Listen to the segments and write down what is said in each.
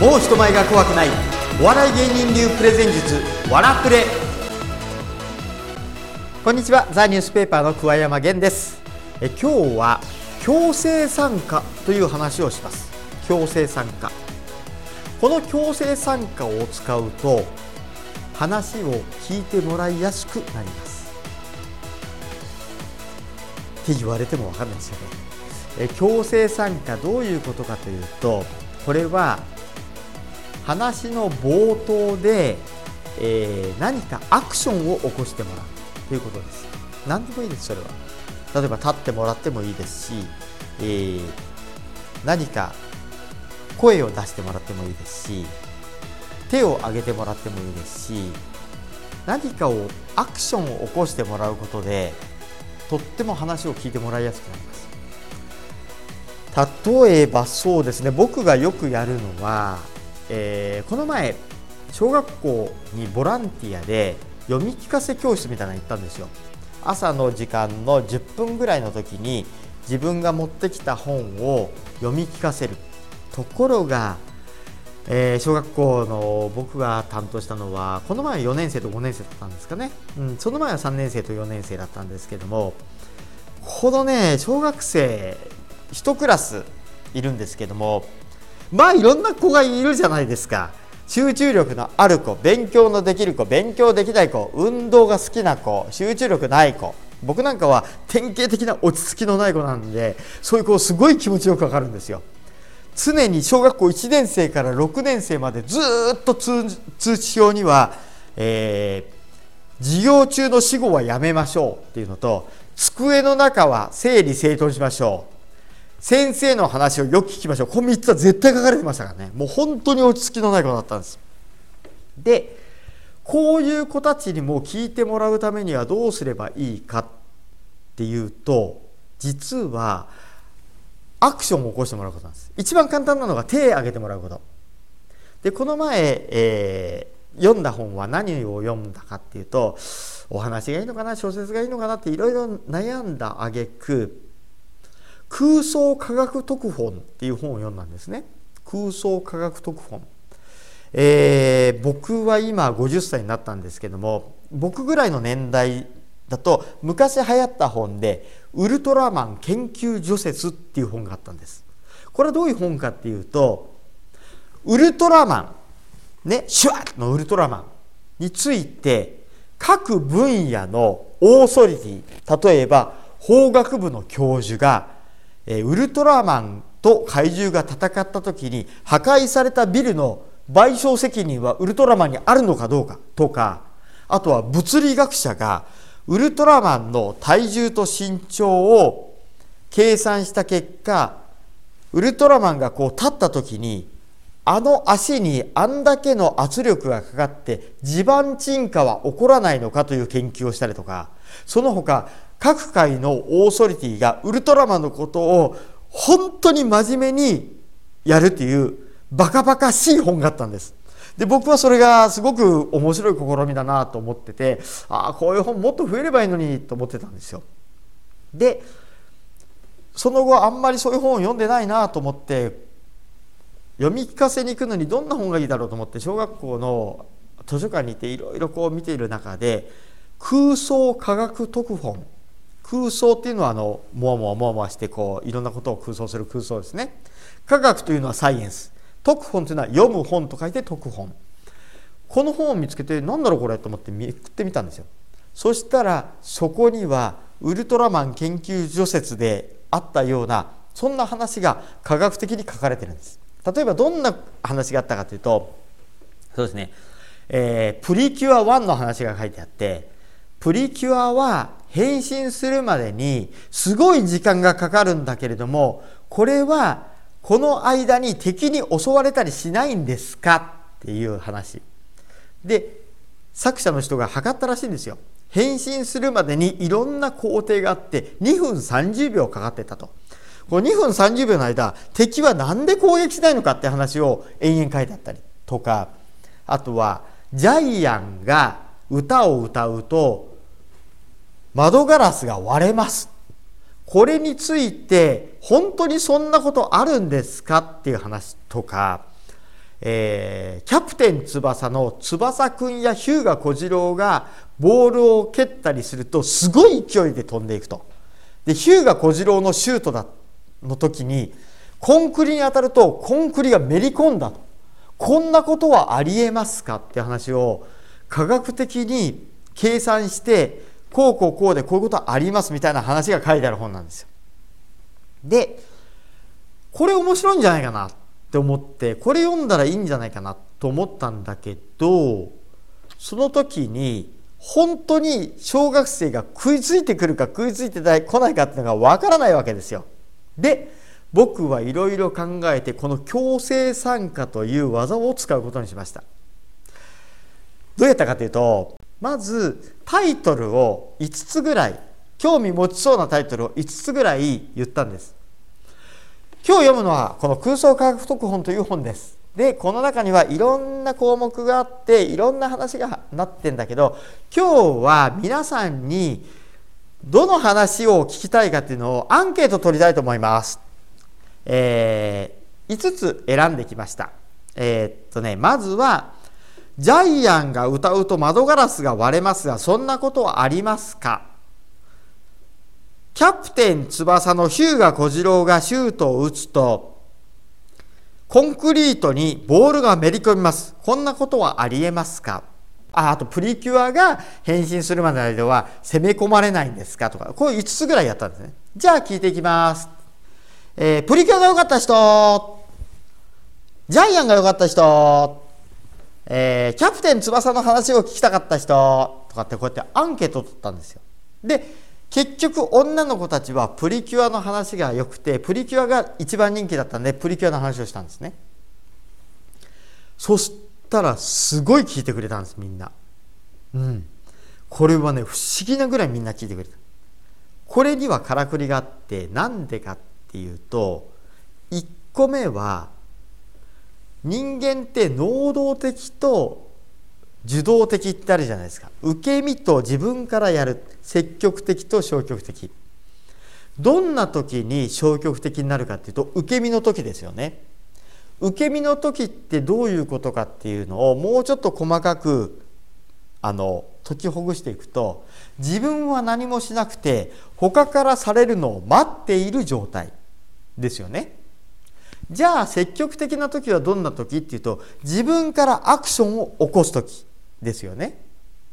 もう人前が怖くないお笑い芸人流プレゼン術わらプレ。こんにちは、ザ・ニュースペーパーの桑山源です。今日は強制参加という話をします。強制参加、この強制参加を使うと話を聞いてもらいやすくなりますって言われても分かんないですよね。強制参加、どういうことかというと、これは話の冒頭で、何かアクションを起こしてもらうということです。何でもいいです。それは例えば立ってもらってもいいですし、何か声を出してもらってもいいですし、手を挙げてもらってもいいですし、何かをアクションを起こしてもらうことでとっても話を聞いてもらいやすくなります。例えばそうですね、僕がよくやるのは、この前小学校にボランティアで読み聞かせ教室みたいなの行ったんですよ。朝の時間の10分ぐらいの時に自分が持ってきた本を読み聞かせる。ところが、小学校の僕が担当したのは、この前は4年生と5年生だったんですかね、その前は3年生と4年生だったんですけども、このね、小学生1クラスいるんですけども、まあいろんな子がいるじゃないですか。集中力のある子、勉強のできる子、勉強できない子、運動が好きな子、集中力ない子。僕なんかは典型的な落ち着きのない子なんで、そういう子すごい気持ちよくわかるんですよ。常に小学校1年生から6年生までずっと通知表には、授業中の私語はやめましょうっていうのと、机の中は整理整頓しましょう、先生の話をよく聞きましょう、この3つは絶対書かれてましたからね。もう本当に落ち着きのない子だったんです。で、こういう子たちにも聞いてもらうためにはどうすればいいかっていうと、実はアクションを起こしてもらうことなんです。一番簡単なのが手を挙げてもらうことで、この前、読んだ本は何を読んだかっていうと、お話がいいのかな、小説がいいのかなっていろいろ悩んだ挙句、空想科学特本っていう本を読んだんですね。空想科学特本、僕は今50歳になったんですけども、僕ぐらいの年代だと昔流行った本でウルトラマン研究除説っていう本があったんです。これはどういう本かっていうと、ウルトラマンね、シュワッのウルトラマンについて各分野のオーソリティ、例えば法学部の教授がウルトラマンと怪獣が戦った時に破壊されたビルの賠償責任はウルトラマンにあるのかどうかとか、あとは物理学者がウルトラマンの体重と身長を計算した結果、ウルトラマンがこう立った時にあの足にあんだけの圧力がかかって地盤沈下は起こらないのかという研究をしたりとか、その他各界のオーソリティがウルトラマンのことを本当に真面目にやるっていうバカバカしい本があったんです。で、僕はそれがすごく面白い試みだなと思ってて、こういう本もっと増えればいいのにと思ってたんですよ。で、その後あんまりそういう本を読んでないなと思って、読み聞かせに行くのにどんな本がいいだろうと思って小学校の図書館に行っていろいろこう見ている中で、空想科学特本、空想っていうのはもわもわもわもわしてこういろんなことを空想する空想ですね。科学というのはサイエンス、特本というのは読む本と書いて特本。この本を見つけて、なんだろうこれと思ってめくってみたんですよ。そしたらそこにはウルトラマン研究除説であったような、そんな話が科学的に書かれているんです。例えばどんな話があったかというと、そうですね、プリキュア1の話が書いてあって、プリキュアは変身するまでにすごい時間がかかるんだけれども、これはこの間に敵に襲われたりしないんですかっていう話で、作者の人が測ったらしいんですよ。変身するまでにいろんな工程があって2分30秒かかってたと。この2分30秒の間、敵はなんで攻撃しないのかって話を延々書いてあったりとか、あとはジャイアンが歌を歌うと窓ガラスが割れます。これについて本当にそんなことあるんですかっていう話とか、 キャプテン翼の翼くんや日向小次郎がボールを蹴ったりするとすごい勢いで飛んでいくと。で日向小次郎のシュートの時にコンクリに当たるとコンクリがめり込んだと。こんなことはありえますかって話を科学的に計算してこうこうこうでこういうことはありますみたいな話が書いてある本なんですよ。でこれ面白いんじゃないかなって思ってこれ読んだらいいんじゃないかなと思ったんだけど、その時に本当に小学生が食いついてくるか食いついてこないかっていうのがわからないわけですよ。で僕はいろいろ考えてこの強制参加という技を使うことにしました。どうやったかというと、まずタイトルを5つぐらい、興味持ちそうなタイトルを5つぐらい言ったんです。今日読むのはこの空想科学特本という本です。でこの中にはいろんな項目があっていろんな話がなってんだけど、今日は皆さんにどの話を聞きたいかっていうのをアンケート取りたいと思います。5つ選んできました。まずはジャイアンが歌うと窓ガラスが割れますがそんなことはありますか。キャプテン翼の日向小次郎がシュートを打つとコンクリートにボールがめり込みます。こんなことはありえますか。あとプリキュアが変身するまでの間は攻め込まれないんですかとか、こういう5つぐらいやったんですね。じゃあ聞いていきます。プリキュアが良かった人、ジャイアンが良かった人、キャプテン翼の話を聞きたかった人とかってこうやってアンケートを取ったんですよ。で結局女の子たちはプリキュアの話が良くてプリキュアが一番人気だったんでプリキュアの話をしたんですね。そしたらすごい聞いてくれたんですみんな。これはね不思議なぐらいみんな聞いてくれた。これにはからくりがあって、なんでかっていうと、1個目は人間って能動的と受動的ってあるじゃないですか。受け身と自分からやる、積極的と消極的。どんな時に消極的になるかっていうと受け身の時ですよね。受け身の時ってどういうことかっていうのをもうちょっと細かく解きほぐしていくと、自分は何もしなくて他からされるのを待っている状態ですよね。じゃあ積極的な時はどんな時っていうと、自分からアクションを起こす時ですよね。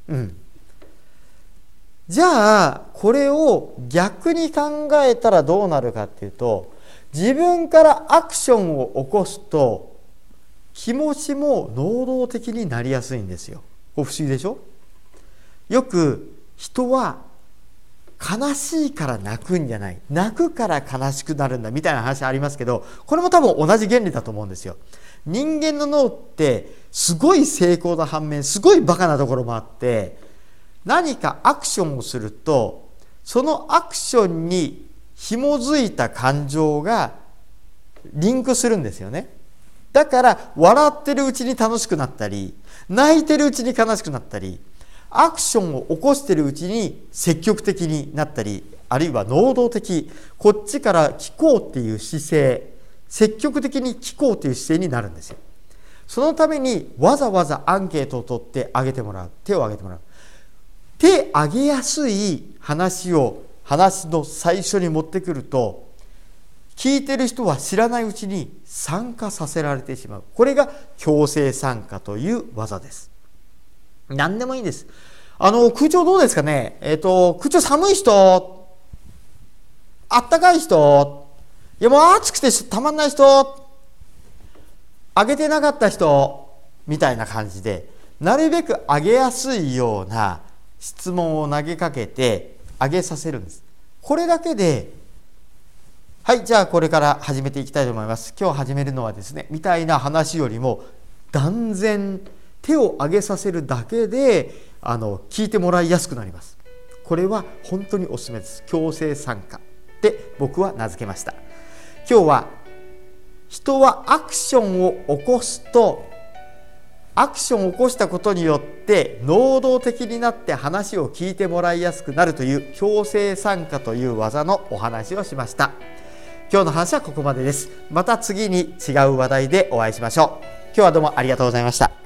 じゃあこれを逆に考えたらどうなるかっていうと、自分からアクションを起こすと気持ちも能動的になりやすいんですよ。これ不思議でしょ。よく人は悲しいから泣くんじゃない、泣くから悲しくなるんだみたいな話ありますけど、これも多分同じ原理だと思うんですよ。人間の脳ってすごい精巧な反面すごいバカなところもあって、何かアクションをするとそのアクションに紐づいた感情がリンクするんですよね。だから笑ってるうちに楽しくなったり、泣いてるうちに悲しくなったり、アクションを起こしているうちに積極的になったり、あるいは能動的、こっちから聞こうっていう姿勢、積極的に聞こうという姿勢になるんですよ。そのためにわざわざアンケートを取ってあげてもらう、手を挙げてもらう。手挙げやすい話を話の最初に持ってくると、聞いてる人は知らないうちに参加させられてしまう。これが強制参加という技です。何でもいいんです。空調どうですかね。空調寒い人、あったかい人、いやもう暑くてたまんない人、あげてなかった人みたいな感じで、なるべくあげやすいような質問を投げかけてあげさせるんです。これだけで、はい、じゃあこれから始めていきたいと思います。今日始めるのはですね、みたいな話よりも断然手を挙げさせるだけで聞いてもらいやすくなります。これは本当におすすめです。強制参加って僕は名付けました。今日は人はアクションを起こすと、アクションを起こしたことによって能動的になって話を聞いてもらいやすくなるという強制参加という技のお話をしました。今日の話はここまでです。また次に違う話題でお会いしましょう。 日はどうもありがとうございました。